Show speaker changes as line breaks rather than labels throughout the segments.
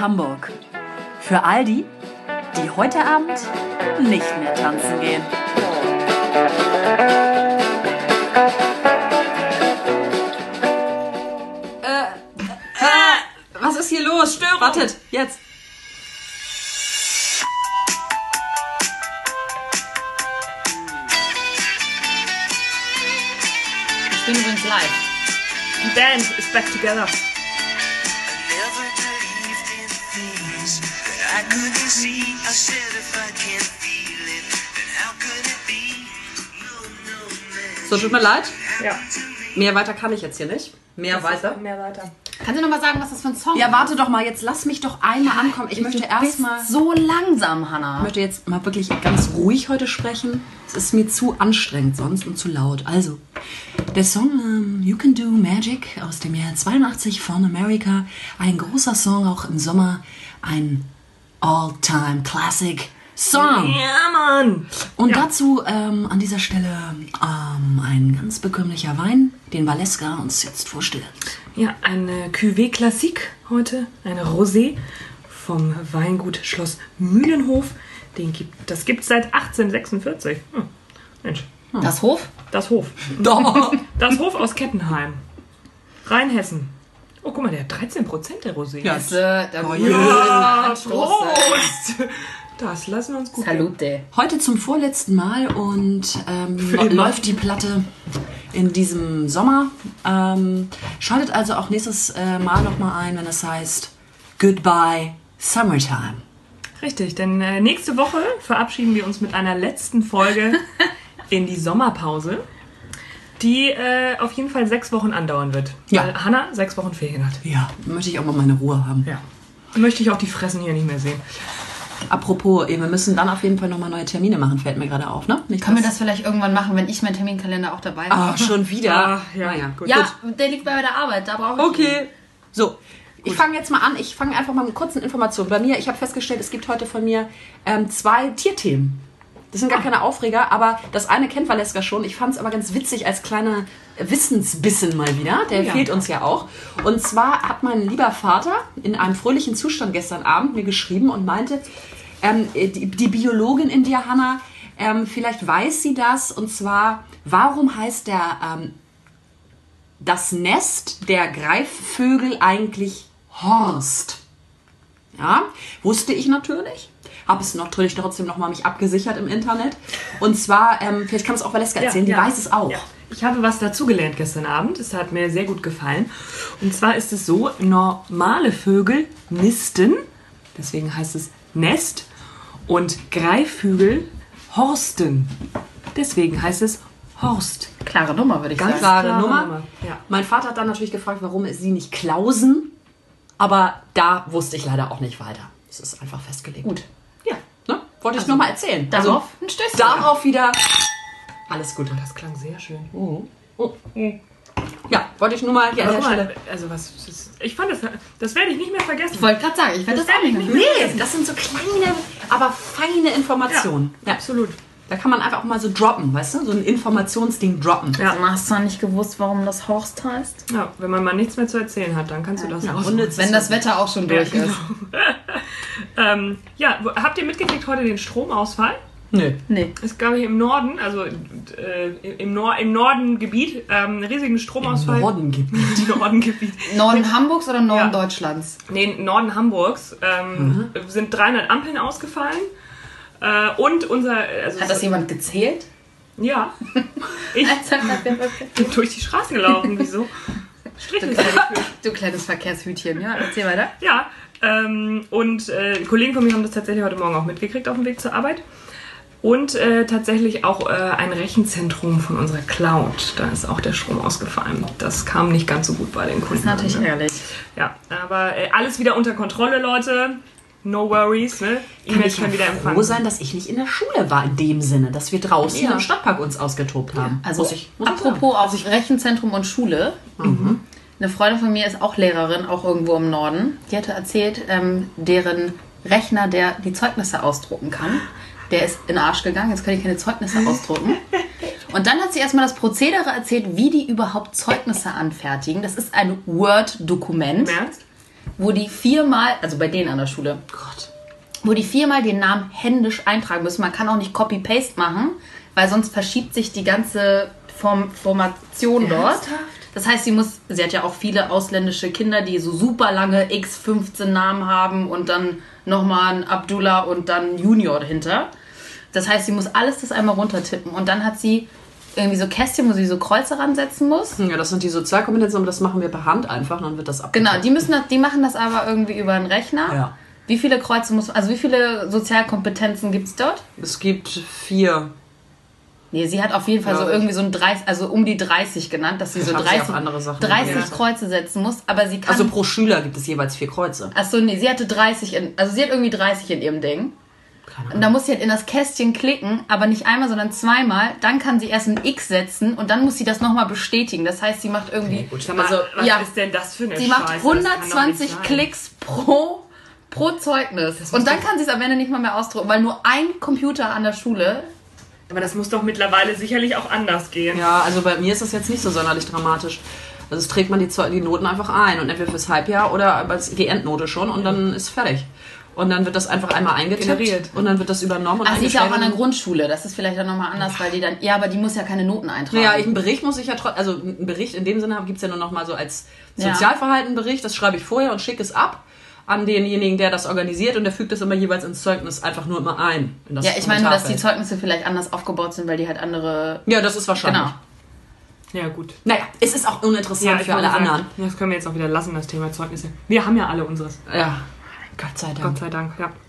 Hamburg. Für all die, die heute Abend nicht mehr tanzen gehen.
Was ist hier los? Störung! Wartet, jetzt!
Ich bin übrigens live.
Die Band ist back together.
So, tut mir leid.
Ja.
Mehr weiter kann ich jetzt hier nicht. Mehr weiter.
Kannst du noch mal sagen, was das für ein Song ist?
Ja, warte doch mal, jetzt lass mich doch einmal ankommen. Ich möchte erstmal.
So langsam, Hannah.
Ich möchte jetzt mal wirklich ganz ruhig heute sprechen. Es ist mir zu anstrengend sonst und zu laut. Also, der Song You Can Do Magic aus dem Jahr 82 von America. Ein großer Song, auch im Sommer. Ein All-Time Classic Song.
Ja, Mann.
Und dazu an dieser Stelle ein ganz bekömmlicher Wein, den Valeska uns jetzt vorstellt.
Ja, eine Cuvée Classique heute, eine Rosé vom Weingut Schloss Mühlenhof. Das gibt es seit 1846. Mensch.
Das Hof?
Das Hof.
Doch.
Das Hof aus Kettenheim. Rheinhessen. Oh, guck mal, der hat 13% der Rosé.
Ja.
Ja, Prost. Das lassen wir uns gut.
Salute.
Heute zum vorletzten Mal und läuft die Platte in diesem Sommer. Schaltet also auch nächstes Mal nochmal ein, wenn es heißt Goodbye Summertime.
Richtig, denn nächste Woche verabschieden wir uns mit einer letzten Folge in die Sommerpause, die auf jeden Fall 6 Wochen andauern wird.
Ja.
Weil Hannah 6 Wochen Ferien hat.
Ja, möchte ich auch mal meine Ruhe haben.
Ja. Möchte ich auch die Fressen hier nicht mehr sehen.
Apropos, wir müssen dann auf jeden Fall nochmal neue Termine machen, fällt mir gerade auf, ne?
Können wir das vielleicht irgendwann machen, wenn ich meinen Terminkalender auch dabei habe?
Ah, schon wieder?
Ah, ja.
Naja, gut.
Ja, der liegt bei der Arbeit, da brauche ich ihn.
Okay. So, ich fange jetzt mal an. Ich fange einfach mal mit kurzen Informationen. Bei mir, ich habe festgestellt, es gibt heute von mir 2 Tierthemen. Das sind gar keine Aufreger, aber das eine kennt Valeska schon. Ich fand es aber ganz witzig als kleiner Wissensbissen mal wieder. Der fehlt uns ja auch. Und zwar hat mein lieber Vater in einem fröhlichen Zustand gestern Abend mir geschrieben und meinte, die Biologin in dir, Hannah, vielleicht weiß sie das. Und zwar, warum heißt das Nest der Greifvögel eigentlich Horst? Ja, wusste ich natürlich. Habe es natürlich trotzdem nochmal mich abgesichert im Internet. Und zwar, vielleicht kann es auch Valeska erzählen, die weiß es auch.
Ja. Ich habe was dazugelernt gestern Abend. Es hat mir sehr gut gefallen. Und zwar ist es so, normale Vögel nisten, deswegen heißt es Nest, und Greifvögel horsten. Deswegen heißt es Horst.
Klare Nummer, würde ich
Ganz
sagen.
klare Nummer.
Ja.
Mein Vater hat dann natürlich gefragt, warum sie nicht Klausen. Aber da wusste ich leider auch nicht weiter. Es ist einfach festgelegt.
Gut.
Ja, ne? Wollte ich nur mal erzählen.
Darauf ein Stößchen.
Darauf wieder alles Gute.
Das klang sehr schön.
Ja, wollte ich nur mal hier an der
Guck
Stelle.
mal, also ich fand das werde ich nicht mehr vergessen.
Ich wollte gerade sagen, ich werde das auch nicht mehr.
Nee, das sind so kleine, aber feine Informationen. Ja.
Absolut.
Da kann man einfach auch mal so droppen, weißt du? So ein Informationsding droppen.
Ja.
Du hast zwar nicht gewusst, warum das Horst heißt.
Ja, wenn man mal nichts mehr zu erzählen hat, dann kannst du das auch.
Wenn das Wetter auch schon durch ist.
Ja, habt ihr mitgekriegt heute den Stromausfall?
Nö.
Nee.
Es gab hier im Norden, also im Nordengebiet, einen riesigen Stromausfall. Nordengebiet.
Norden Hamburgs oder Norden
Ja.
Deutschlands?
Nee, Norden Hamburgs sind 300 Ampeln ausgefallen. Und unser... Also
Hat das jemand gezählt?
Ja. Ich bin durch die Straßen gelaufen. Wieso? Striche ist
Du kleines Verkehrshütchen, ja? Erzähl weiter.
Ja, und Kollegen von mir haben das tatsächlich heute Morgen auch mitgekriegt auf dem Weg zur Arbeit. Und tatsächlich auch ein Rechenzentrum von unserer Cloud. Da ist auch der Strom ausgefallen. Das kam nicht ganz so gut bei den Kunden.
Das ist natürlich
an, ne?
ehrlich.
Ja, aber alles wieder unter Kontrolle, Leute. No worries, ne?
Kann
E-Mails
ich
können wieder
froh
empfangen.
sein, dass ich nicht in der Schule war, in dem Sinne, dass wir draußen im Stadtpark uns ausgetobt haben.
Also
Muss ich
apropos auch Rechenzentrum und Schule. Eine Freundin von mir ist auch Lehrerin, auch irgendwo im Norden. Die hatte erzählt, deren Rechner, der die Zeugnisse ausdrucken kann, der ist in den Arsch gegangen. Jetzt kann ich keine Zeugnisse ausdrucken. Und dann hat sie erstmal das Prozedere erzählt, wie die überhaupt Zeugnisse anfertigen. Das ist ein Word-Dokument.
Im Ernst?
wo die 4-mal, also bei denen an der Schule, wo die 4-mal den Namen händisch eintragen müssen. Man kann auch nicht Copy-Paste machen, weil sonst verschiebt sich die ganze Formation dort.
Ernsthaft?
Das heißt, sie hat ja auch viele ausländische Kinder, die so super lange X15 Namen haben und dann nochmal ein Abdullah und dann Junior dahinter. Das heißt, sie muss alles das einmal runtertippen und dann hat sie irgendwie so Kästchen, wo sie so Kreuze ransetzen muss.
Ja, das sind die Sozialkompetenzen, aber das machen wir per Hand einfach, dann wird das abgetippt.
Genau, die machen das aber irgendwie über einen Rechner.
Ja.
Wie viele Kreuze wie viele Sozialkompetenzen gibt es dort?
Es gibt 4.
Nee, sie hat auf jeden Fall so irgendwie so ein 30, also um die 30 genannt, dass sie so
Haben sie
30,
auch andere Sachen
30
gemacht.
Kreuze setzen muss, aber sie kann...
Also pro Schüler gibt es jeweils 4 Kreuze.
Achso, nee, sie hatte 30 sie hat irgendwie 30 in ihrem Ding. Und da muss sie halt in das Kästchen klicken, aber nicht einmal, sondern zweimal. Dann kann sie erst ein X setzen und dann muss sie das nochmal bestätigen. Das heißt, sie macht irgendwie...
Okay, gut, sag mal, was ist denn das für eine
Sie macht
Scheiße? Das kann doch
120
nicht sein.
Klicks pro Zeugnis. Und dann kann sie es am Ende nicht mal mehr ausdrucken, weil nur ein Computer an der Schule...
Aber das muss doch mittlerweile sicherlich auch anders gehen.
Ja, also bei mir ist das jetzt nicht so sonderlich dramatisch. Also es trägt man die Noten einfach ein und entweder fürs Halbjahr oder die Endnote schon und dann ist fertig. Und dann wird das einfach einmal eingetippt
Generiert.
und dann wird das übernommen. Und
Ach, sie ist ja auch an der
eingestellt.
Grundschule. Das ist vielleicht dann nochmal anders, weil die dann... Ja, aber die muss ja keine Noten eintragen.
Naja, einen Bericht muss ich ja trotzdem, also einen Bericht in dem Sinne gibt es ja nur noch mal so als Sozialverhaltenbericht, das schreibe ich vorher und schicke es ab an denjenigen, der das organisiert und der fügt das immer jeweils ins Zeugnis einfach nur immer ein. In das
Ja, ich meine nur, dass die
Kommentarfeld.
Zeugnisse vielleicht anders aufgebaut sind, weil die halt andere...
Ja, das ist wahrscheinlich.
Genau.
Ja, gut.
Naja, es ist auch uninteressant für alle anderen.
Das können wir jetzt auch wieder lassen, das Thema Zeugnisse. Wir haben ja alle unseres.
Ja, Gott sei Dank.
Gott sei Dank, ja.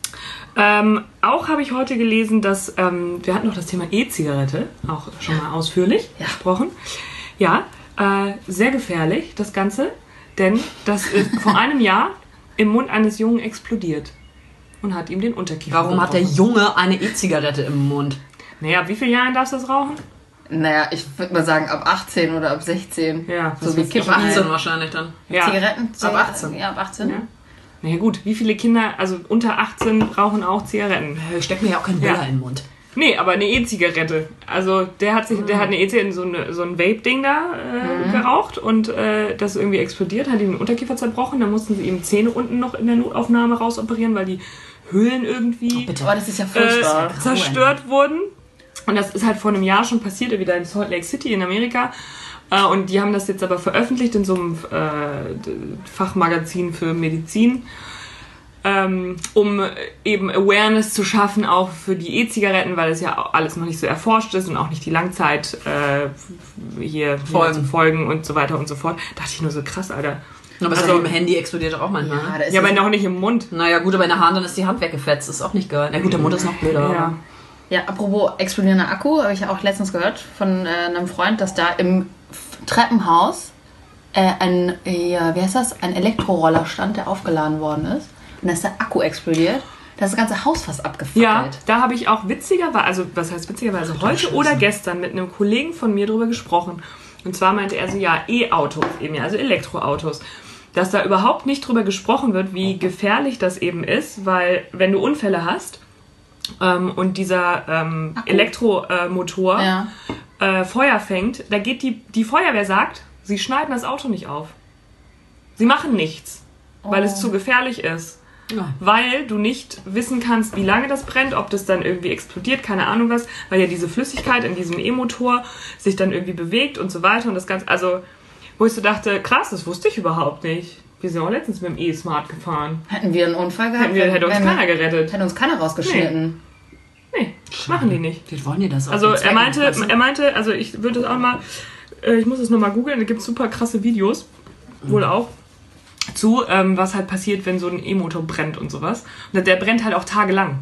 Auch habe ich heute gelesen, dass wir hatten noch das Thema E-Zigarette, auch schon mal ausführlich besprochen. Ja, sehr gefährlich, das Ganze, denn das ist vor einem Jahr im Mund eines Jungen explodiert und hat ihm den Unterkiefer
Warum hat der
gebrochen.
Junge eine E-Zigarette im Mund?
Naja, wie viele Jahre darfst du das rauchen?
Naja, ich würde mal sagen ab 18 oder ab 16.
Ja,
So wie Kippen.
18 wahrscheinlich dann.
Ja.
Zigaretten?
Ab 18.
Ja, ab 18.
Ja. Naja gut, wie viele Kinder, also unter 18, rauchen auch Zigaretten?
Ich steck mir ja auch keinen Böller in den Mund.
Nee, aber eine E-Zigarette. Also der hat eine E-Zigarette, so ein Vape-Ding da geraucht und das ist irgendwie explodiert, hat ihm den Unterkiefer zerbrochen. Dann mussten sie ihm Zähne unten noch in der Notaufnahme rausoperieren, weil die Höhlen irgendwie
Oh, das ist ja furchtbar.
zerstört wurden. Und das ist halt vor einem Jahr schon passiert, wieder in Salt Lake City in Amerika. Und die haben das jetzt aber veröffentlicht in so einem Fachmagazin für Medizin, um eben Awareness zu schaffen, auch für die E-Zigaretten, weil es ja auch alles noch nicht so erforscht ist und auch nicht die Langzeit Folgen und so weiter und so fort. Da dachte ich nur so, krass, Alter.
Aber
Also-
im Handy explodiert doch auch manchmal.
Ja,
ne?
da ist
Ja, aber noch nicht im Mund.
Naja, gut, aber in der Hand, dann ist die Hand weggefetzt. Das ist auch nicht geil. Na gut, der Mund ist noch blöder.
Ja.
aber-
Ja, apropos explodierender Akku, habe ich ja auch letztens gehört von einem Freund, dass da im Treppenhaus ein Elektroroller stand, der aufgeladen worden ist. Und da ist der Akku explodiert. Da ist das ganze Haus fast abgefackelt.
Ja, da habe ich auch witzigerweise, was heißt witzigerweise, heute oder gestern mit einem Kollegen von mir drüber gesprochen. Und zwar meinte er so, ja, E-Autos eben, ja, also Elektroautos. Dass da überhaupt nicht drüber gesprochen wird, wie gefährlich das eben ist, weil wenn du Unfälle hast und dieser Elektromotor Feuer fängt, da geht die Feuerwehr sagt, sie schneiden das Auto nicht auf. Sie machen nichts, weil es zu gefährlich ist.
Ja.
Weil du nicht wissen kannst, wie lange das brennt, ob das dann irgendwie explodiert, keine Ahnung was, weil ja diese Flüssigkeit in diesem E-Motor sich dann irgendwie bewegt und so weiter und das Ganze, also wo ich so dachte, krass, das wusste ich überhaupt nicht. Wir sind auch letztens mit dem E-Smart gefahren.
Hätten wir einen Unfall gehabt,
Hätte uns keiner gerettet.
hätte uns keiner rausgeschnitten.
Nee, machen die nicht.
Wie wollen die das auch?
Also
bezwecken, weißt du?
er meinte, also ich würde das auch mal, ich muss es nochmal googeln, da gibt es super krasse Videos, wohl auch, zu, was halt passiert, wenn so ein E-Motor brennt und sowas. Und der brennt halt auch tagelang.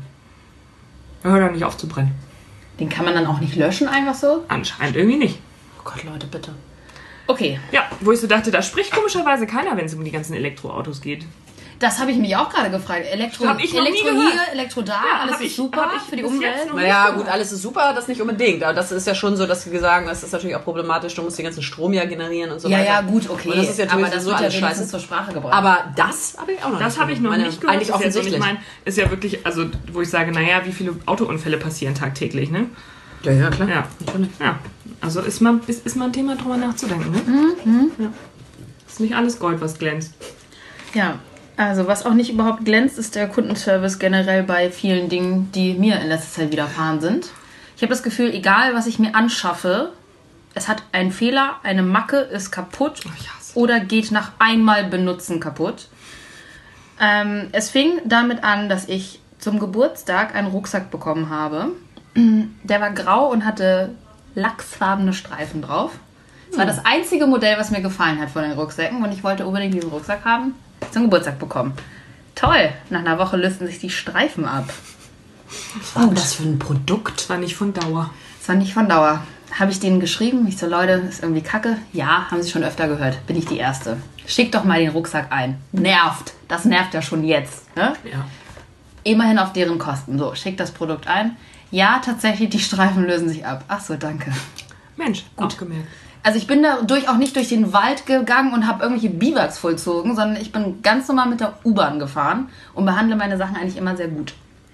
Er hört halt nicht auf zu brennen.
Den kann man dann auch nicht löschen, einfach so?
Anscheinend irgendwie nicht.
Oh Gott, Leute, bitte.
Okay,
Ja, wo ich so dachte, da spricht komischerweise keiner, wenn es um die ganzen Elektroautos geht.
das habe ich mich auch gerade gefragt. Elektro
Hab ich noch nie
Elektro
gehört.
hier, Elektro da,
Ja,
alles
hab
ist
ich-
super
hab ich
für die
bis
Umwelt.
jetzt noch
Naja, gut, alles ist super, das nicht unbedingt. Aber das ist ja schon so, dass sie sagen, das ist natürlich auch problematisch. Du musst den ganzen Strom ja generieren und so
Ja,
weiter.
ja, gut, okay.
Und das ist ja
aber das
sowieso
wird ja
alles
wenigstens
scheiße.
zur Sprache gebracht.
Aber das habe ich auch noch
Das habe ich noch
Meine-
nicht gehört.
Eigentlich
Das ist jetzt so,
offensichtlich.
ich meine, ist ja wirklich, also wo ich sage, naja, wie viele Autounfälle passieren tagtäglich, ne?
Ja, ja, klar.
Ja. Ja. Also ist mal ein Thema, drüber nachzudenken, ne? Ja. Ist nicht alles Gold, was glänzt.
Ja, also was auch nicht überhaupt glänzt, ist der Kundenservice generell bei vielen Dingen, die mir in letzter Zeit widerfahren sind. Ich habe das Gefühl, egal was ich mir anschaffe, es hat einen Fehler, eine Macke, ist kaputt oder geht nach einmal benutzen kaputt. Es fing damit an, dass ich zum Geburtstag einen Rucksack bekommen habe. Der war grau und hatte lachsfarbene Streifen drauf. Das war das einzige Modell, was mir gefallen hat von den Rucksäcken und ich wollte unbedingt diesen Rucksack haben. Zum Geburtstag bekommen. Toll, nach einer Woche lösten sich die Streifen ab.
Was war das für ein Produkt?
Das war nicht von Dauer.
Das war nicht von Dauer. Habe ich denen geschrieben, ich so, Leute, ist irgendwie kacke. Ja, haben sie schon öfter gehört. Bin ich die Erste. Schickt doch mal den Rucksack ein. Nervt. Das nervt ja schon jetzt. Ne?
Ja.
Immerhin auf deren Kosten. So, schickt das Produkt ein. Ja, tatsächlich, die Streifen lösen sich ab. Ach so, danke.
Mensch, gut gemerkt.
Also ich bin dadurch auch nicht durch den Wald gegangen und habe irgendwelche Biwaks vollzogen, sondern ich bin ganz normal mit der U-Bahn gefahren und behandle meine Sachen eigentlich immer sehr gut.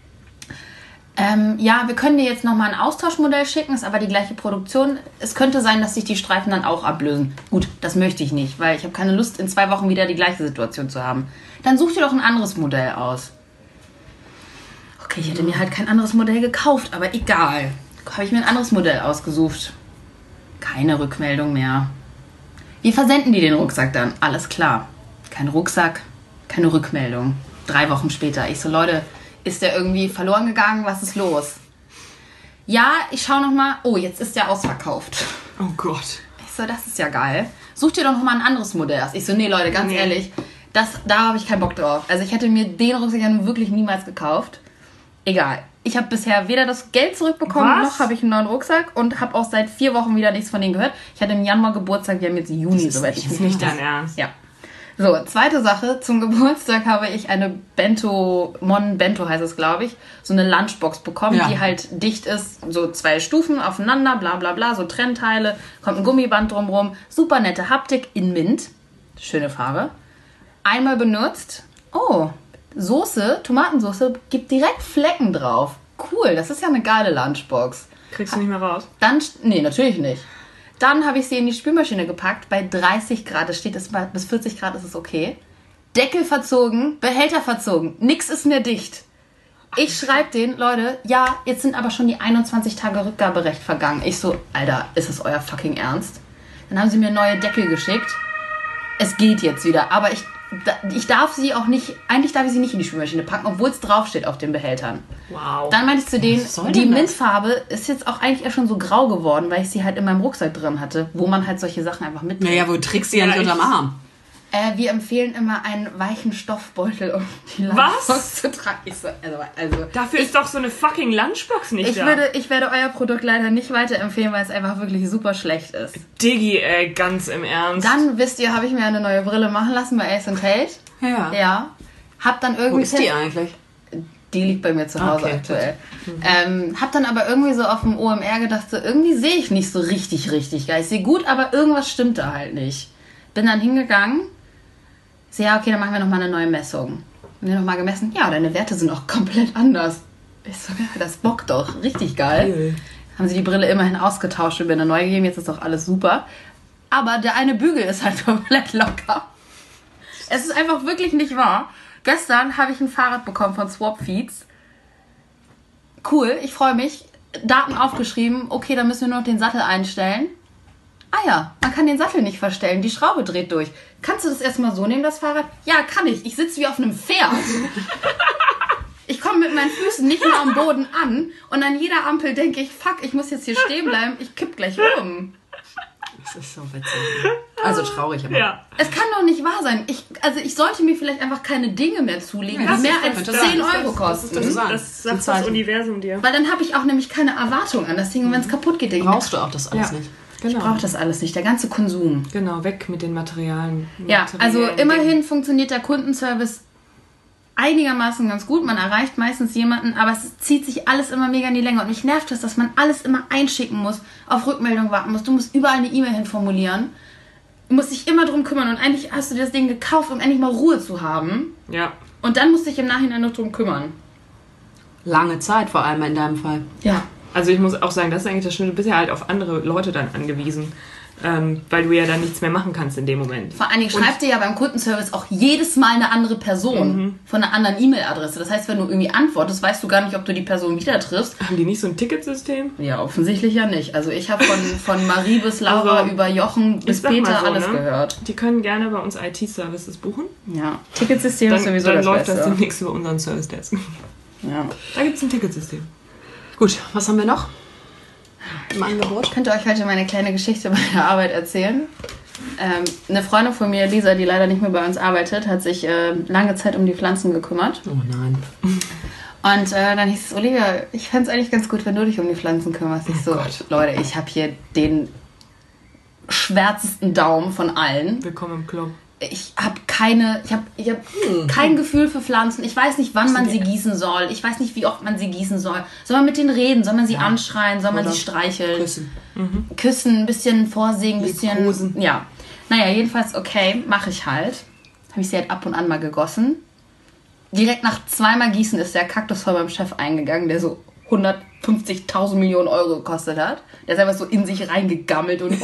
Ja, wir können dir jetzt nochmal ein Austauschmodell schicken, ist aber die gleiche Produktion. Es könnte sein, dass sich die Streifen dann auch ablösen. Gut, das möchte ich nicht, weil ich habe keine Lust, in 2 Wochen wieder die gleiche Situation zu haben. Dann such dir doch ein anderes Modell aus. Okay, ich hätte mir halt kein anderes Modell gekauft, aber egal. Habe ich mir ein anderes Modell ausgesucht. Keine Rückmeldung mehr. Wie versenden die den Rucksack dann? Alles klar. Kein Rucksack, keine Rückmeldung. 3 Wochen später. Ich so, Leute, ist der irgendwie verloren gegangen? Was ist los? Ja, ich schau nochmal. Oh, jetzt ist der ausverkauft.
Oh Gott.
Ich so, das ist ja geil. Such dir doch nochmal ein anderes Modell aus. Ich so, nee, Leute, ganz ehrlich, da habe ich keinen Bock drauf. Also ich hätte mir den Rucksack ja wirklich niemals gekauft. Egal. Ich habe bisher weder das Geld zurückbekommen, noch habe ich einen neuen Rucksack und habe auch seit 4 Wochen wieder nichts von denen gehört. Ich hatte im Januar Geburtstag, wir haben jetzt Juni, soweit ich
Das ist nicht dein Ernst.
Ja. So, zweite Sache. Zum Geburtstag habe ich eine Mon Bento heißt es, glaube ich, so eine Lunchbox bekommen, die halt dicht ist, so 2 Stufen aufeinander, bla bla bla, so Trennteile, kommt ein Gummiband drumrum, super nette Haptik in Mint, schöne Farbe. Einmal benutzt, Soße, Tomatensoße, gibt direkt Flecken drauf. Cool, das ist ja eine geile Lunchbox.
Kriegst du nicht mehr raus?
Dann, nee, natürlich nicht. Dann habe ich sie in die Spülmaschine gepackt. Bei 30 Grad, es steht, bis 40 Grad ist es okay. Deckel verzogen, Behälter verzogen. Nix ist mehr dicht. Ich schreibe denen, Leute, ja, jetzt sind aber schon die 21 Tage Rückgaberecht vergangen. Ich so, Alter, ist es euer fucking Ernst? Dann haben sie mir neue Deckel geschickt. Es geht jetzt wieder, aber ich darf sie auch nicht, eigentlich darf ich sie nicht in die Spülmaschine packen, obwohl es draufsteht auf den Behältern.
Wow.
Dann meinte ich zu denen, die Mintfarbe ist jetzt auch eigentlich eher schon so grau geworden, weil ich sie halt in meinem Rucksack drin hatte, wo man halt solche Sachen einfach mitnimmt.
Naja, wo trägst du ja nicht unterm Arm?
Wir empfehlen immer einen weichen Stoffbeutel, um die Lunchbox zu tragen. Ich so, also
dafür ist doch so eine fucking Lunchbox nicht da.
Ich werde euer Produkt leider nicht weiterempfehlen, weil es einfach wirklich super schlecht ist.
Diggi, ganz im Ernst.
Dann, wisst ihr, habe ich mir eine neue Brille machen lassen bei Ace & Tate.
Ja.
Ja. Hab dann irgendwie...
Wo ist die eigentlich?
Die liegt bei mir zu Hause aktuell. Hab dann aber irgendwie so auf dem OMR gedacht, so irgendwie sehe ich nicht so richtig geil. Ich sehe gut, aber irgendwas stimmt da halt nicht. Bin dann hingegangen. So, ja, okay, dann machen wir nochmal eine neue Messung. Haben wir nochmal gemessen. Ja, deine Werte sind auch komplett anders. Ich so, ja, das bockt doch. Richtig geil. Haben sie die Brille immerhin ausgetauscht und mir eine neue gegeben. Jetzt ist doch alles super. Aber der eine Bügel ist halt komplett locker. Es ist einfach wirklich nicht wahr. Gestern habe ich ein Fahrrad bekommen von Swapfeeds. Cool, ich freue mich. Daten aufgeschrieben. Okay, dann müssen wir nur noch den Sattel einstellen. Ah ja, man kann den Sattel nicht verstellen. Die Schraube dreht durch. Kannst du das erstmal so nehmen, das Fahrrad? Ja, kann ich. Ich sitze wie auf einem Pferd. Ich komme mit meinen Füßen nicht mehr am Boden an. Und an jeder Ampel denke ich, fuck, ich muss jetzt hier stehen bleiben. Ich kipp gleich um.
Das ist so witzig. Also traurig, aber...
Ja.
Es kann doch nicht wahr sein. Ich sollte mir vielleicht einfach keine Dinge mehr zulegen, die mehr als 10 Euro kosten.
Das sagt das Universum dir.
Weil dann habe ich auch nämlich keine Erwartung an das Ding. Und wenn es kaputt geht, denke ich...
Brauchst du auch das alles nicht.
Ich brauche das alles nicht. Der ganze Konsum.
Genau, weg mit den Materialien.
Ja, also immerhin funktioniert der Kundenservice einigermaßen ganz gut. Man erreicht meistens jemanden, aber es zieht sich alles immer mega in die Länge. Und mich nervt das, dass man alles immer einschicken muss, auf Rückmeldung warten muss. Du musst überall eine E-Mail hinformulieren. Du musst dich immer drum kümmern. Und eigentlich hast du dir das Ding gekauft, um endlich mal Ruhe zu haben.
Ja.
Und dann musst du dich im Nachhinein noch drum kümmern.
Lange Zeit vor allem in deinem Fall.
Ja.
Also ich muss auch sagen, das ist eigentlich das Schöne. Du bist ja halt auf andere Leute dann angewiesen. weil du ja dann nichts mehr machen kannst in dem Moment.
Vor allen Dingen schreibt dir ja beim Kundenservice auch jedes Mal eine andere Person von einer anderen E-Mail-Adresse. Das heißt, wenn du irgendwie antwortest, weißt du gar nicht, ob du die Person wieder triffst.
Haben die nicht so ein Ticketsystem?
Ja, offensichtlich ja nicht. Also ich habe von Marie bis Laura
Also,
über Jochen bis
Ich sag mal
Peter
so,
alles
ne?
gehört.
Die können gerne bei uns IT-Services buchen.
Ja, Ticketsystem ist sowieso
Dann
das
läuft
Beste.
das demnächst über unseren Service-Desk.
Ja.
Da gibt es ein Ticketsystem.
Gut, was haben wir noch im Angebot?
Ich könnte euch heute meine kleine Geschichte bei der Arbeit erzählen. Eine Freundin von mir, Lisa, die leider nicht mehr bei uns arbeitet, hat sich lange Zeit um die Pflanzen gekümmert.
Oh nein.
Und dann hieß es, Olivia, ich fände es eigentlich ganz gut, wenn du dich um die Pflanzen kümmerst. Ich so, Leute, ich habe hier den schwärzesten Daumen von allen.
Willkommen im Club.
Ich habe kein Gefühl für Pflanzen. Ich weiß nicht, wann man sie gießen soll. Ich weiß nicht, wie oft man sie gießen soll. Soll man mit denen reden? Soll man sie anschreien? Soll man sie streicheln? Küssen, ein bisschen vorsingen, ein bisschen...
Liebkosen.
Ja. Naja, jedenfalls okay, mache ich halt. Habe ich sie halt ab und an mal gegossen. Direkt nach 2-mal Gießen ist der Kaktus voll beim Chef eingegangen, der so 150.000 Millionen Euro gekostet hat. Der ist einfach so in sich reingegammelt und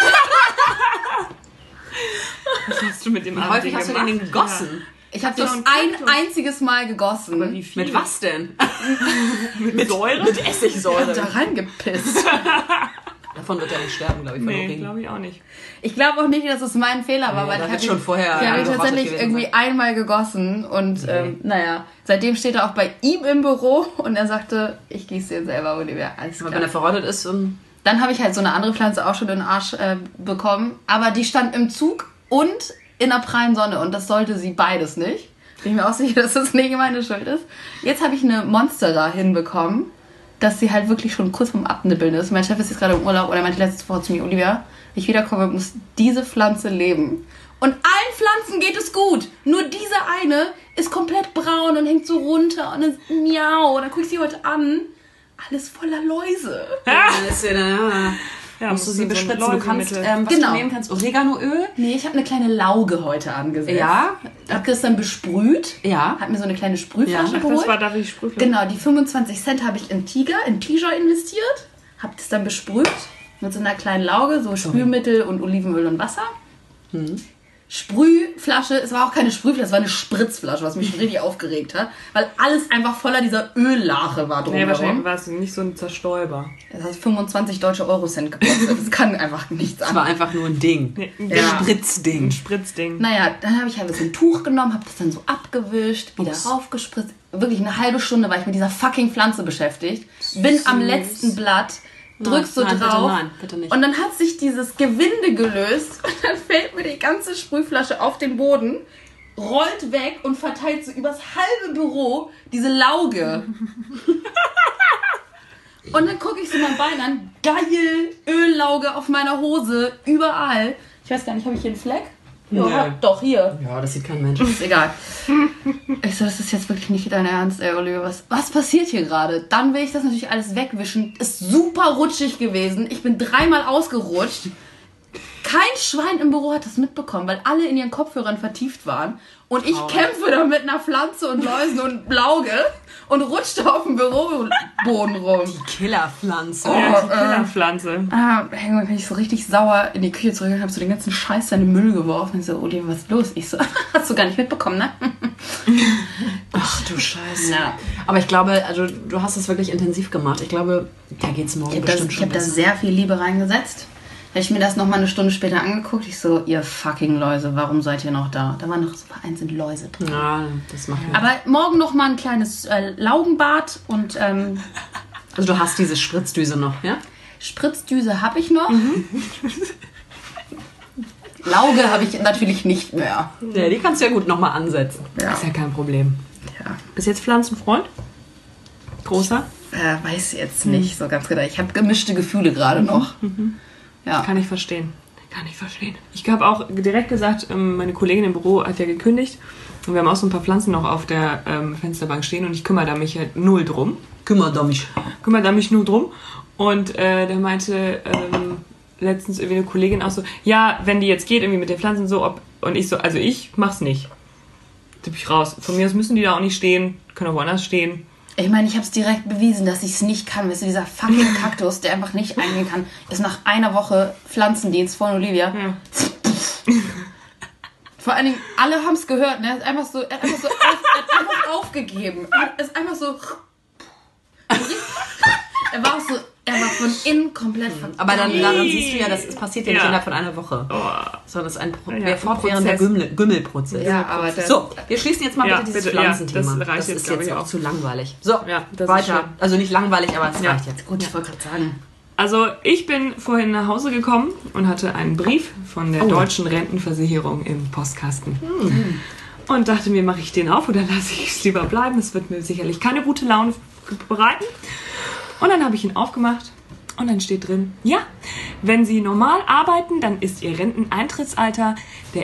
Was hast du mit dem
Wie häufig hast du den gegossen?
Ich habe
Ja,
das
und
ein
Kaktus.
einziges Mal gegossen.
Aber wie viel?
Mit was denn?
Mit Säure?
Mit Essigsäure.
Da reingepisst.
Davon wird er nicht sterben, glaube ich, von
Nee,
Urin.
glaube ich auch nicht.
Ich glaube auch nicht, dass es mein Fehler war,
Nee,
weil
da
ich
wird
habe
schon vorher
ich habe ihn
angerottet
tatsächlich
gewesen
irgendwie
sein.
einmal gegossen und naja, seitdem steht er auch bei ihm im Büro und er sagte, ich gieße den selber, Olivia, alles
Aber wenn er
klar.
verrottet ist,
Dann habe ich halt so eine andere Pflanze auch schon in den Arsch bekommen, aber die stand im Zug und in der prallen Sonne und das sollte sie beides nicht. Bin ich mir auch sicher, dass das nicht meine Schuld ist. Jetzt habe ich eine Monstera hinbekommen, dass sie halt wirklich schon kurz vorm Abnibbeln ist. Mein Chef ist jetzt gerade im Urlaub und er meinte letzte Woche zu mir, Olivia, wenn ich wiederkomme, muss diese Pflanze leben. Und allen Pflanzen geht es gut. Nur diese eine ist komplett braun und hängt so runter und ist miau. Und dann gucke ich sie heute an. Alles voller Läuse.
Ja,
musst du sie
das ist so ein
bespritzen. Du kannst,
Läusemittel.
was
Genau.
du nehmen kannst, Oreganoöl.
Nee, ich habe eine kleine Lauge heute angesetzt.
Ja.
Hab gestern besprüht.
Ja.
Hab mir so eine kleine Sprühflasche
Ja.
Ach,
geholt.
das war da, wie ich sprühe.
Genau, die 25 Cent habe ich in Tiger investiert. Hab das dann besprüht mit so einer kleinen Lauge, so Spülmittel und Olivenöl und Wasser. Sprühflasche, es war auch keine Sprühflasche, es war eine Spritzflasche, was mich schon richtig aufgeregt hat, weil alles einfach voller dieser Öllache war
Nee, wahrscheinlich
drumherum.
war es nicht so ein Zerstäuber.
Das hat 25 deutsche Eurocent gekostet. Das kann einfach nichts
Das war
an.
einfach nur ein Ding.
Nee, ein
Ja.
Spritzding.
Spritzding.
Naja, dann habe ich halt so ein Tuch genommen, habe das dann so abgewischt, wieder raufgespritzt. Wirklich eine halbe Stunde war ich mit dieser fucking Pflanze beschäftigt. Bin am letzten Blatt, drückst so
Nein, bitte
drauf.
nein, bitte nicht.
Und dann hat sich dieses Gewinde gelöst und dann fällt mir die ganze Sprühflasche auf den Boden, rollt weg und verteilt so übers halbe Büro diese Lauge. Und dann gucke ich so mein Bein an, geil, Öllauge auf meiner Hose, überall. Ich weiß gar nicht, habe ich hier einen Fleck? Ja,
Nö.
doch, hier.
Ja, das sieht kein Mensch.
Ist egal. Ich so, das ist jetzt wirklich nicht dein Ernst, ey, Olivia. Was passiert hier gerade? Dann will ich das natürlich alles wegwischen. Ist super rutschig gewesen. Ich bin 3-mal ausgerutscht. Kein Schwein im Büro hat das mitbekommen, weil alle in ihren Kopfhörern vertieft waren. Und ich kämpfe da mit einer Pflanze und Läusen und Lauge und rutschte auf dem Büroboden rum.
Killerpflanze.
Ja, die Killerpflanze.
Irgendwann bin ich so richtig sauer in die Küche zurück und habe so den ganzen Scheiß in den Müll geworfen. Ich so, Olivia, was ist los? Ich so, hast du gar nicht mitbekommen, ne?
Ach du Scheiße.
Ja.
Aber ich glaube, also du hast es wirklich intensiv gemacht. Ich glaube, da geht's morgen
Ich
bestimmt schon
habe da
besser.
sehr viel Liebe reingesetzt. Habe ich mir das nochmal eine Stunde später angeguckt. Ich so, ihr fucking Läuse, warum seid ihr noch da? Da waren noch so vereinzelt Läuse drin.
Ja, das macht ja.
Aber morgen nochmal ein kleines Laugenbad und
Also du hast diese Spritzdüse noch, ja?
Spritzdüse habe ich noch. Lauge habe ich natürlich nicht mehr.
Ja, die kannst du ja gut nochmal ansetzen.
Ja.
Ist ja kein Problem.
Ja.
Bist jetzt Pflanzenfreund? Großer?
Weiß jetzt nicht so ganz genau. Ich habe gemischte Gefühle gerade noch. Ja.
Kann ich verstehen. Kann ich verstehen. Ich habe auch direkt gesagt, meine Kollegin im Büro hat ja gekündigt. Und wir haben auch so ein paar Pflanzen noch auf der Fensterbank stehen und ich kümmere da mich halt null drum.
Kümmere dich.
Kümmere da mich nur drum. Und der meinte letztens irgendwie eine Kollegin auch so, ja, wenn die jetzt geht irgendwie mit den Pflanzen so, und ich so, also ich mach's nicht. Tipp ich raus. Von mir aus müssen die da auch nicht stehen, können auch woanders stehen.
Ich meine, ich habe es direkt bewiesen, dass ich es nicht kann. Weißt du, dieser fucking Kaktus, der einfach nicht eingehen kann, ist nach einer Woche Pflanzendienst von Olivia.
Ja.
Vor allen Dingen, alle haben es gehört, ne? Er hat einfach aufgegeben. Er ist einfach so... Er war von innen komplett verkauft.
Aber daran siehst du ja, das passiert ja nicht innerhalb von einer Woche. Sondern das ist ein fortwährender Gümmelprozess.
Ja, aber
so, wir schließen jetzt mal bitte dieses Pflanzenthema.
Das reicht
ist
jetzt
auch zu langweilig. So,
das
weiter. Also nicht langweilig, aber es reicht jetzt.
Gut, ich wollte gerade sagen.
Also ich bin vorhin nach Hause gekommen und hatte einen Brief von der Deutschen Rentenversicherung im Postkasten. Und dachte mir, mache ich den auf oder lasse ich es lieber bleiben? Das wird mir sicherlich keine gute Laune bereiten. Und dann habe ich ihn aufgemacht und dann steht drin, ja, wenn Sie normal arbeiten, dann ist Ihr Renteneintrittsalter der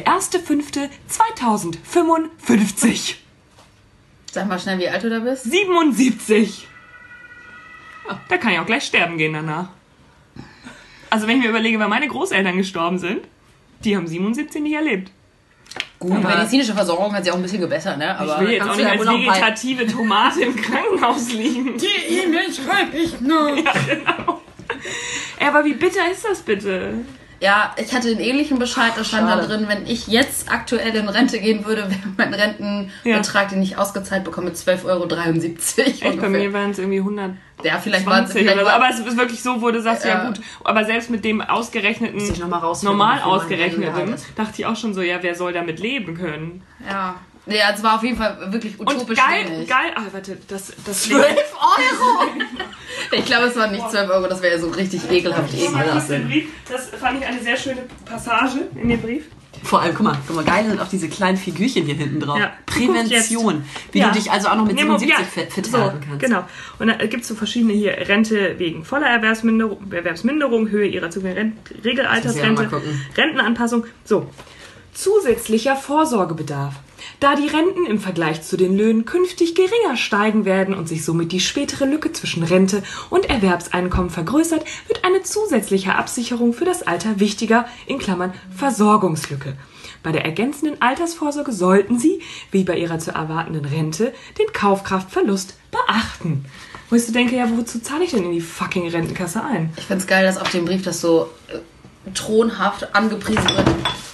1.5.2055.
Sag mal schnell, wie alt du da bist.
77. Da kann ich auch gleich sterben gehen danach. Also wenn ich mir überlege, wer meine Großeltern gestorben sind, die haben 77 nicht erlebt.
Gut, die medizinische Versorgung hat sich auch ein bisschen gebessert, ne? Aber
ich will jetzt auch nicht als vegetative Tomate im Krankenhaus liegen.
Die E-Mail schreibe ich nur.
Ja, genau. Aber wie bitter ist das bitte?
Ja, ich hatte einen ähnlichen Bescheid, da stand da drin, wenn ich jetzt aktuell in Rente gehen würde, wäre mein Rentenbetrag, den ich ausgezahlt bekomme, 12,73 €.
Echt, bei mir waren es irgendwie 100.
Ja, vielleicht waren es...
Aber es ist wirklich so, wo du sagst, ja gut, aber selbst mit dem ausgerechneten, normal ausgerechneten, dachte ich auch schon so, ja, wer soll damit leben können?
Ja. Ja, es war auf jeden Fall wirklich utopisch wenig.
Geil, warte, das
12 €!
Ich glaube, es waren nicht 12 €, das wäre ja so richtig ekelhaft.
Das fand ich eine sehr schöne Passage in dem Brief.
Vor allem, guck mal, geil sind auch diese kleinen Figürchen hier hinten drauf.
Ja.
Prävention. Wie du dich also auch noch mit 77 fit halten kannst.
Genau. Und da gibt es so verschiedene hier. Rente wegen voller Erwerbsminderung, Höhe ihrer zukünftigen Regelaltersrente, Rentenanpassung. So. Zusätzlicher Vorsorgebedarf. Da die Renten im Vergleich zu den Löhnen künftig geringer steigen werden und sich somit die spätere Lücke zwischen Rente und Erwerbseinkommen vergrößert, wird eine zusätzliche Absicherung für das Alter wichtiger, in Klammern Versorgungslücke. Bei der ergänzenden Altersvorsorge sollten Sie, wie bei Ihrer zu erwartenden Rente, den Kaufkraftverlust beachten. Wo ich so denke, ja, wozu zahle ich denn in die fucking Rentenkasse ein?
Ich find's geil, dass auf dem Brief das so thronhaft angepriesen wird.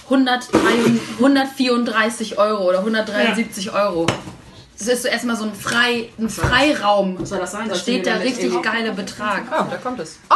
134 € oder 173 €. Das ist so erstmal so ein Freiraum.
Was soll das sein?
Da steht der richtig geile Betrag.
Oh, da kommt es.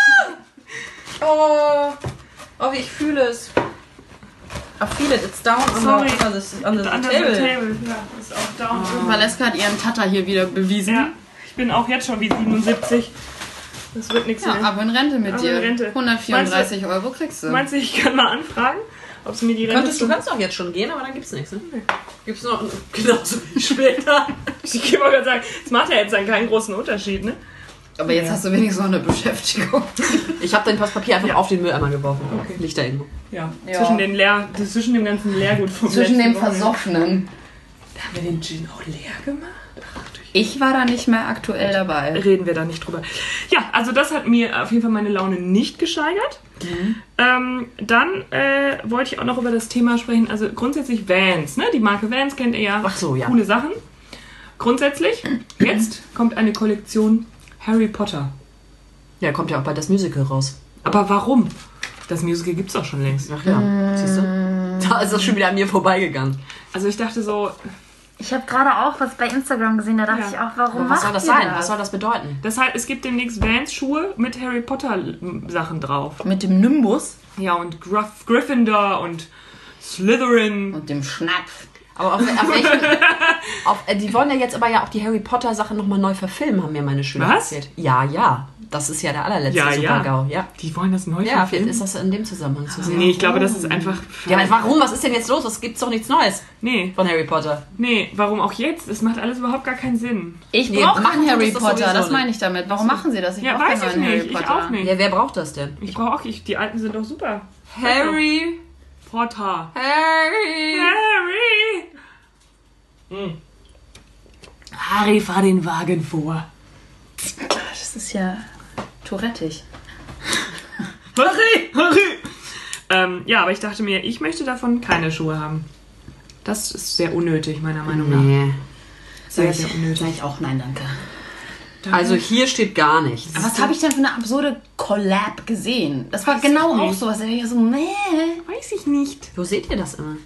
Oh, wie ich fühle es. I feel it, it's down on the table.
Ja, ist auch down.
Valeska hat ihren Tata hier wieder bewiesen.
Ja, ich bin auch jetzt schon wie 77. Das wird nichts mehr.
Aber in Rente mit dir. 134
€.
Kriegst du.
Meinst du, ich kann mal anfragen, ob sie mir die Rente...
Du kannst auch jetzt schon gehen, aber dann gibt's nichts. Ne? Gibt's noch genauso wie später.
Ich kann mal gerade sagen, das macht ja jetzt dann keinen großen Unterschied, ne?
Aber jetzt hast du wenigstens noch eine Beschäftigung.
Ich habe dein Postpapier einfach auf den Mülleimer geworfen. Okay. Liegt da irgendwo.
Ja. Zwischen dem ganzen Leergut vom
Zwischen dem Versoffenen.
Da haben wir den Gin auch leer gemacht?
Ich war da nicht mehr aktuell dabei.
Reden wir da nicht drüber. Ja, also das hat mir auf jeden Fall meine Laune nicht gesteigert. Dann wollte ich auch noch über das Thema sprechen, also grundsätzlich Vans, ne? Die Marke Vans kennt ihr ja.
Ach so, ja.
Coole Sachen. Grundsätzlich, jetzt kommt eine Kollektion Harry Potter.
Ja, kommt ja auch bald das Musical raus.
Aber warum? Das Musical gibt's doch schon längst.
Ach ja, siehst du? Da ist das schon wieder an mir vorbeigegangen.
Also ich dachte so...
Ich habe gerade auch was bei Instagram gesehen, da dachte ich auch, warum
was soll das sein?
Das?
Was soll das bedeuten?
Das heißt, es gibt demnächst Vans-Schuhe mit Harry Potter-Sachen drauf.
Mit dem Nimbus.
Ja, und Gryffindor und Slytherin.
Und dem Schnapf.
Aber auf welchen... die wollen ja jetzt aber ja auch die Harry Potter-Sachen nochmal neu verfilmen, haben mir meine Schüler erzählt. Ja. Das ist ja der allerletzte Super-GAU. Ja.
Die wollen das neu
verfilmen? Ja, vielleicht ist das in dem Zusammenhang zu sehen.
Nee, ich glaube, das ist einfach...
Ja, aber warum? Was ist denn jetzt los? Es gibt doch nichts Neues von Harry Potter.
Nee, warum auch jetzt? Das macht alles überhaupt gar keinen Sinn.
Ich brauche keinen Harry Potter, das meine ich damit. Warum machen sie das?
Ich brauche keinen Harry Potter. Ich auch nicht.
Ja, wer braucht das denn?
Ich brauche auch nicht. Die alten sind doch super.
Harry
Potter. Harry, fahr den Wagen vor.
Das ist ja tourettig.
Harry! Ja, aber ich dachte mir, ich möchte davon keine Schuhe haben. Das ist sehr unnötig, meiner Meinung nach.
Nee.
Sehr unnötig.
Sag ich auch nein, danke.
Also hier steht gar nichts.
Aber was habe ich denn für eine absurde Collab gesehen? Das war genau auch sowas. Da war ich so,
Weiß ich nicht.
Wo seht ihr das immer?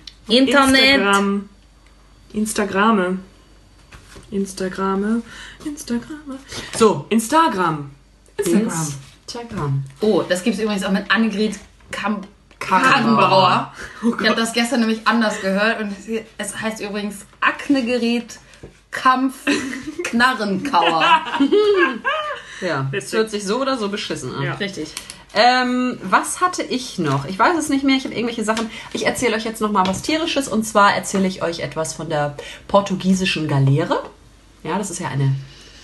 Instagramme. So, Instagram.
Oh, das gibt es übrigens auch mit Annegret Karrenbauer. Ich habe das gestern nämlich anders gehört und es heißt übrigens Aknegerät Kampf Knarrenkauer.
Ja, das hört sich so oder so beschissen an.
Ja.
Richtig.
Was hatte ich noch? Ich weiß es nicht mehr. Ich habe irgendwelche Sachen. Ich erzähle euch jetzt noch mal was Tierisches. Und zwar erzähle ich euch etwas von der portugiesischen Galeere. Ja, das ist ja eine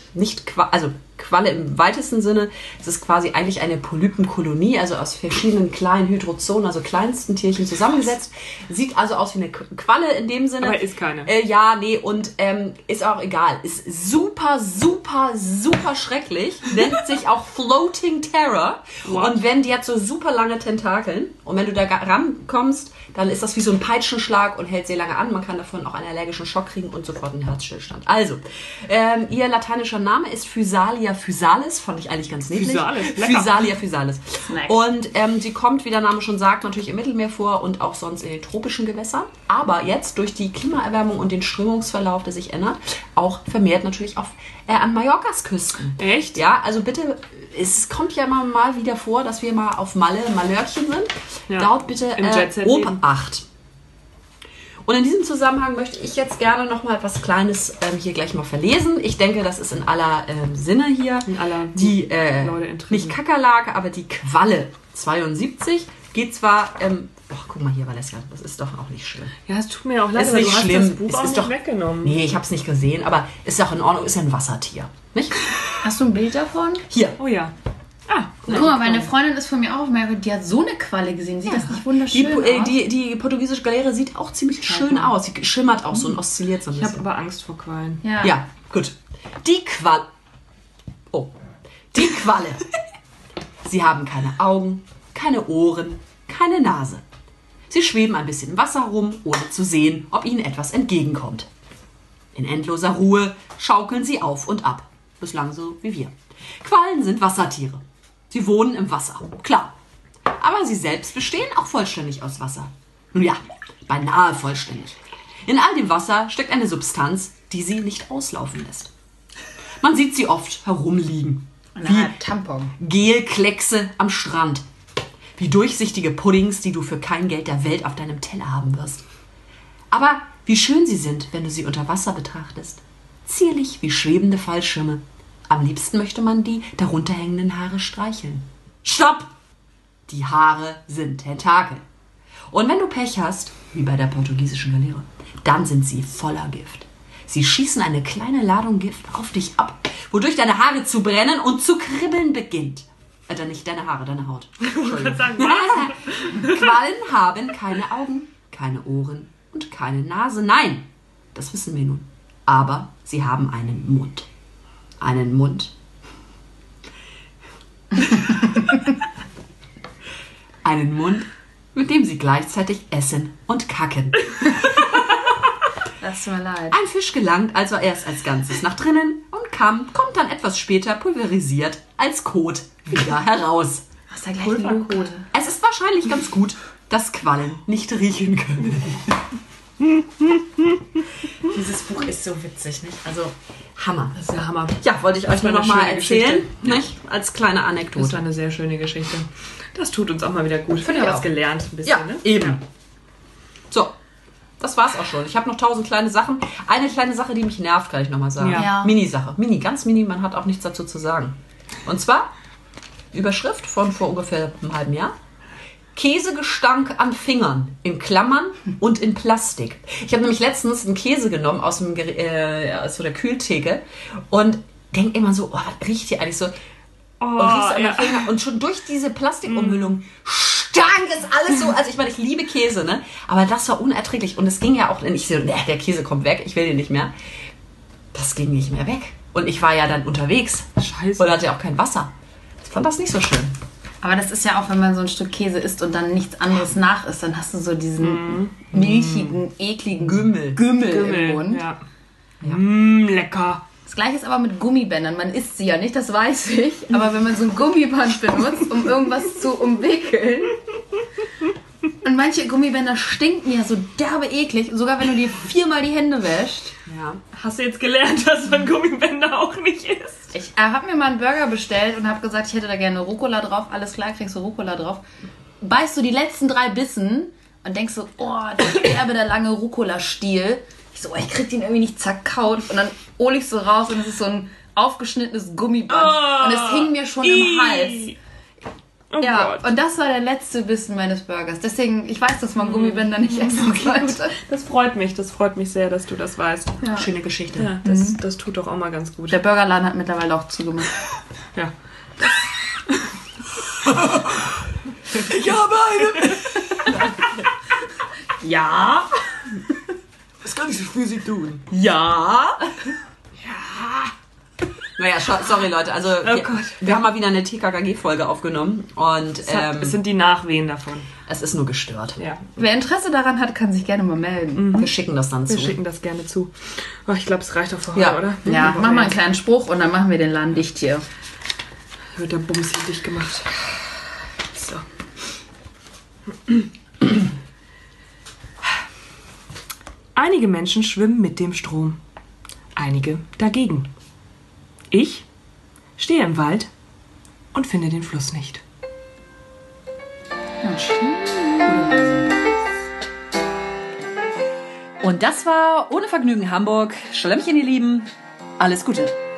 Qualle im weitesten Sinne. Es ist quasi eigentlich eine Polypenkolonie, also aus verschiedenen kleinen Hydrozoen, also kleinsten Tierchen zusammengesetzt. Sieht also aus wie eine Qualle in dem Sinne.
Aber ist keine.
Und ist auch egal. Ist super, super, super schrecklich. Nennt sich auch Floating Terror.
What?
Und die hat so super lange Tentakeln. Und wenn du da rankommst, dann ist das wie so ein Peitschenschlag und hält sehr lange an. Man kann davon auch einen allergischen Schock kriegen und sofort einen Herzstillstand. Also, ihr lateinischer Name ist Physalia physalis. Fand ich eigentlich ganz niedlich. Physalia physalis.
Snack.
Und sie kommt, wie der Name schon sagt, natürlich im Mittelmeer vor und auch sonst in den tropischen Gewässern. Aber jetzt durch die Klimaerwärmung und den Strömungsverlauf, der sich ändert, auch vermehrt natürlich an Mallorcas Küsten.
Echt?
Ja, also bitte, es kommt ja immer mal wieder vor, dass wir mal auf Malörchen sind.
Ja.
Dort bitte
Im Jet-Set-Leben.
Obacht. Und in diesem Zusammenhang möchte ich jetzt gerne noch mal etwas Kleines hier gleich mal verlesen. Ich denke, das ist in aller Sinne hier.
In aller
die,
Leute Interesse.
nicht Kakerlake, aber die Qualle 72 geht zwar, guck mal hier, Valeska, das ist doch auch nicht schlimm.
Ja, es tut mir auch leid,
Ist
aber
nicht
du hast
schlimm.
das Buch
Es
auch
ist
nicht
doch
weggenommen.
Nee, ich habe es nicht gesehen, aber ist doch in Ordnung, ist ja ein Wassertier. Nicht?
Hast du ein Bild davon?
Hier.
Oh ja.
Guck mal, meine Freundin ist von mir auch auf Mallorca, die hat so eine Qualle gesehen. Sieht das nicht wunderschön aus?
Die portugiesische Galeere sieht auch ziemlich schön aus. Sie schimmert auch so und oszilliert so ein
Ich
bisschen.
habe aber Angst vor Quallen.
Ja, gut. Die Qualle. Oh. Die Qualle. Sie haben keine Augen, keine Ohren, keine Nase. Sie schweben ein bisschen im Wasser rum, ohne zu sehen, ob ihnen etwas entgegenkommt. In endloser Ruhe schaukeln sie auf und ab. Bislang so wie wir. Quallen sind Wassertiere. Sie wohnen im Wasser, klar. Aber sie selbst bestehen auch vollständig aus Wasser. Nun ja, beinahe vollständig. In all dem Wasser steckt eine Substanz, die sie nicht auslaufen lässt. Man sieht sie oft herumliegen.
Wie Tampon.
Gelkleckse am Strand. Wie durchsichtige Puddings, die du für kein Geld der Welt auf deinem Teller haben wirst. Aber wie schön sie sind, wenn du sie unter Wasser betrachtest. Zierlich wie schwebende Fallschirme. Am liebsten möchte man die darunter hängenden Haare streicheln. Stopp! Die Haare sind Tentakel. Und wenn du Pech hast, wie bei der portugiesischen Galeere, dann sind sie voller Gift. Sie schießen eine kleine Ladung Gift auf dich ab, wodurch deine Haare zu brennen und zu kribbeln beginnt. Alter, nicht deine Haare, deine Haut. Entschuldigung. Quallen haben keine Augen, keine Ohren und keine Nase. Nein, das wissen wir nun. Aber sie haben einen Mund. Einen Mund. Einen Mund, mit dem sie gleichzeitig essen und kacken.
Das tut mir leid.
Ein Fisch gelangt also erst als Ganzes nach drinnen und kommt dann etwas später pulverisiert als Kot wieder heraus.
Hast du gleich eine Quote?
Es ist wahrscheinlich ganz gut, dass Quallen nicht riechen können. Dieses Buch ist so witzig, nicht? Also, Hammer.
Das ist der Hammer.
Ja, wollte ich euch nur
war
noch
eine
mal
schöne
erzählen,
Geschichte.
nicht? Als kleine
Das war
Anekdote.
eine sehr schöne Geschichte. Das tut uns auch mal wieder gut.
Finde
Ich
ich
was
auch.
gelernt ein bisschen,
Ja,
ne?
eben. So, das war's auch schon. Ich habe noch 1000 kleine Sachen. Eine kleine Sache, die mich nervt, kann ich noch mal sagen.
Ja.
Mini-Sache. Ganz mini, man hat auch nichts dazu zu sagen. Und zwar, Überschrift von vor ungefähr einem halben Jahr. Käsegestank an Fingern, in Klammern und in Plastik. Ich habe nämlich letztens einen Käse genommen aus so der Kühltheke und denke immer so, was riecht hier eigentlich so? Und riechst an den Finger. Und schon durch diese Plastikumhüllung stank ist alles so. Also ich meine, ich liebe Käse, ne? Aber das war unerträglich. Und es ging ja auch, ich so, der Käse kommt weg, ich will den nicht mehr. Das ging nicht mehr weg. Und ich war ja dann unterwegs.
Scheiße.
Und hatte ja auch kein Wasser. Ich fand das nicht so schön.
Aber das ist ja auch, wenn man so ein Stück Käse isst und dann nichts anderes nach isst, dann hast du so diesen milchigen, ekligen
Gümmel.
Gümmel im Mund.
Ja. Lecker.
Das gleiche ist aber mit Gummibändern. Man isst sie ja nicht, das weiß ich. Aber wenn man so ein Gummiband benutzt, um irgendwas zu umwickeln. Und manche Gummibänder stinken ja so derbe eklig. Sogar wenn du dir 4-mal die Hände wäschst.
Ja.
Hast du jetzt gelernt, dass man Gummibänder auch nicht isst?
Ich habe mir mal einen Burger bestellt und habe gesagt, ich hätte da gerne Rucola drauf. Alles klar, kriegst du Rucola drauf. Beißt du die letzten 3 Bissen und denkst so, oh, der lange Rucola-Stiel. Ich so, oh, ich krieg den irgendwie nicht zerkaut. Und dann hole ich so raus und es ist so ein aufgeschnittenes Gummiband. Und es hing mir schon im Hals.
Oh
Ja,
Gott.
und das war der letzte Bissen meines Burgers. Deswegen, ich weiß, dass man Gummibänder nicht essen sollte.
Das freut mich sehr, dass du das weißt.
Ja.
Schöne Geschichte.
Ja, das tut doch auch mal ganz gut.
Der Burgerladen hat mittlerweile auch zugemacht.
Ja.
Ich habe eine.
Ja.
Was kann ich für Sie tun?
Ja.
Naja, sorry Leute, also wir haben mal wieder eine TKKG-Folge aufgenommen und
Es sind die Nachwehen davon.
es ist nur gestört.
Ja.
Wer Interesse daran hat, kann sich gerne mal melden.
Wir schicken das dann
Wir
zu.
schicken das gerne zu. Oh, ich glaube, es reicht auch für heute,
Ja.
oder?
Ja, mach mal einen kleinen Spruch und dann machen wir den Laden dicht hier.
Wird der Bums hier dicht gemacht. So. Einige Menschen schwimmen mit dem Strom. Einige dagegen. Ich stehe im Wald und finde den Fluss nicht.
Und das war Ohne Vergnügen Hamburg. Schlemmchen, ihr Lieben. Alles Gute.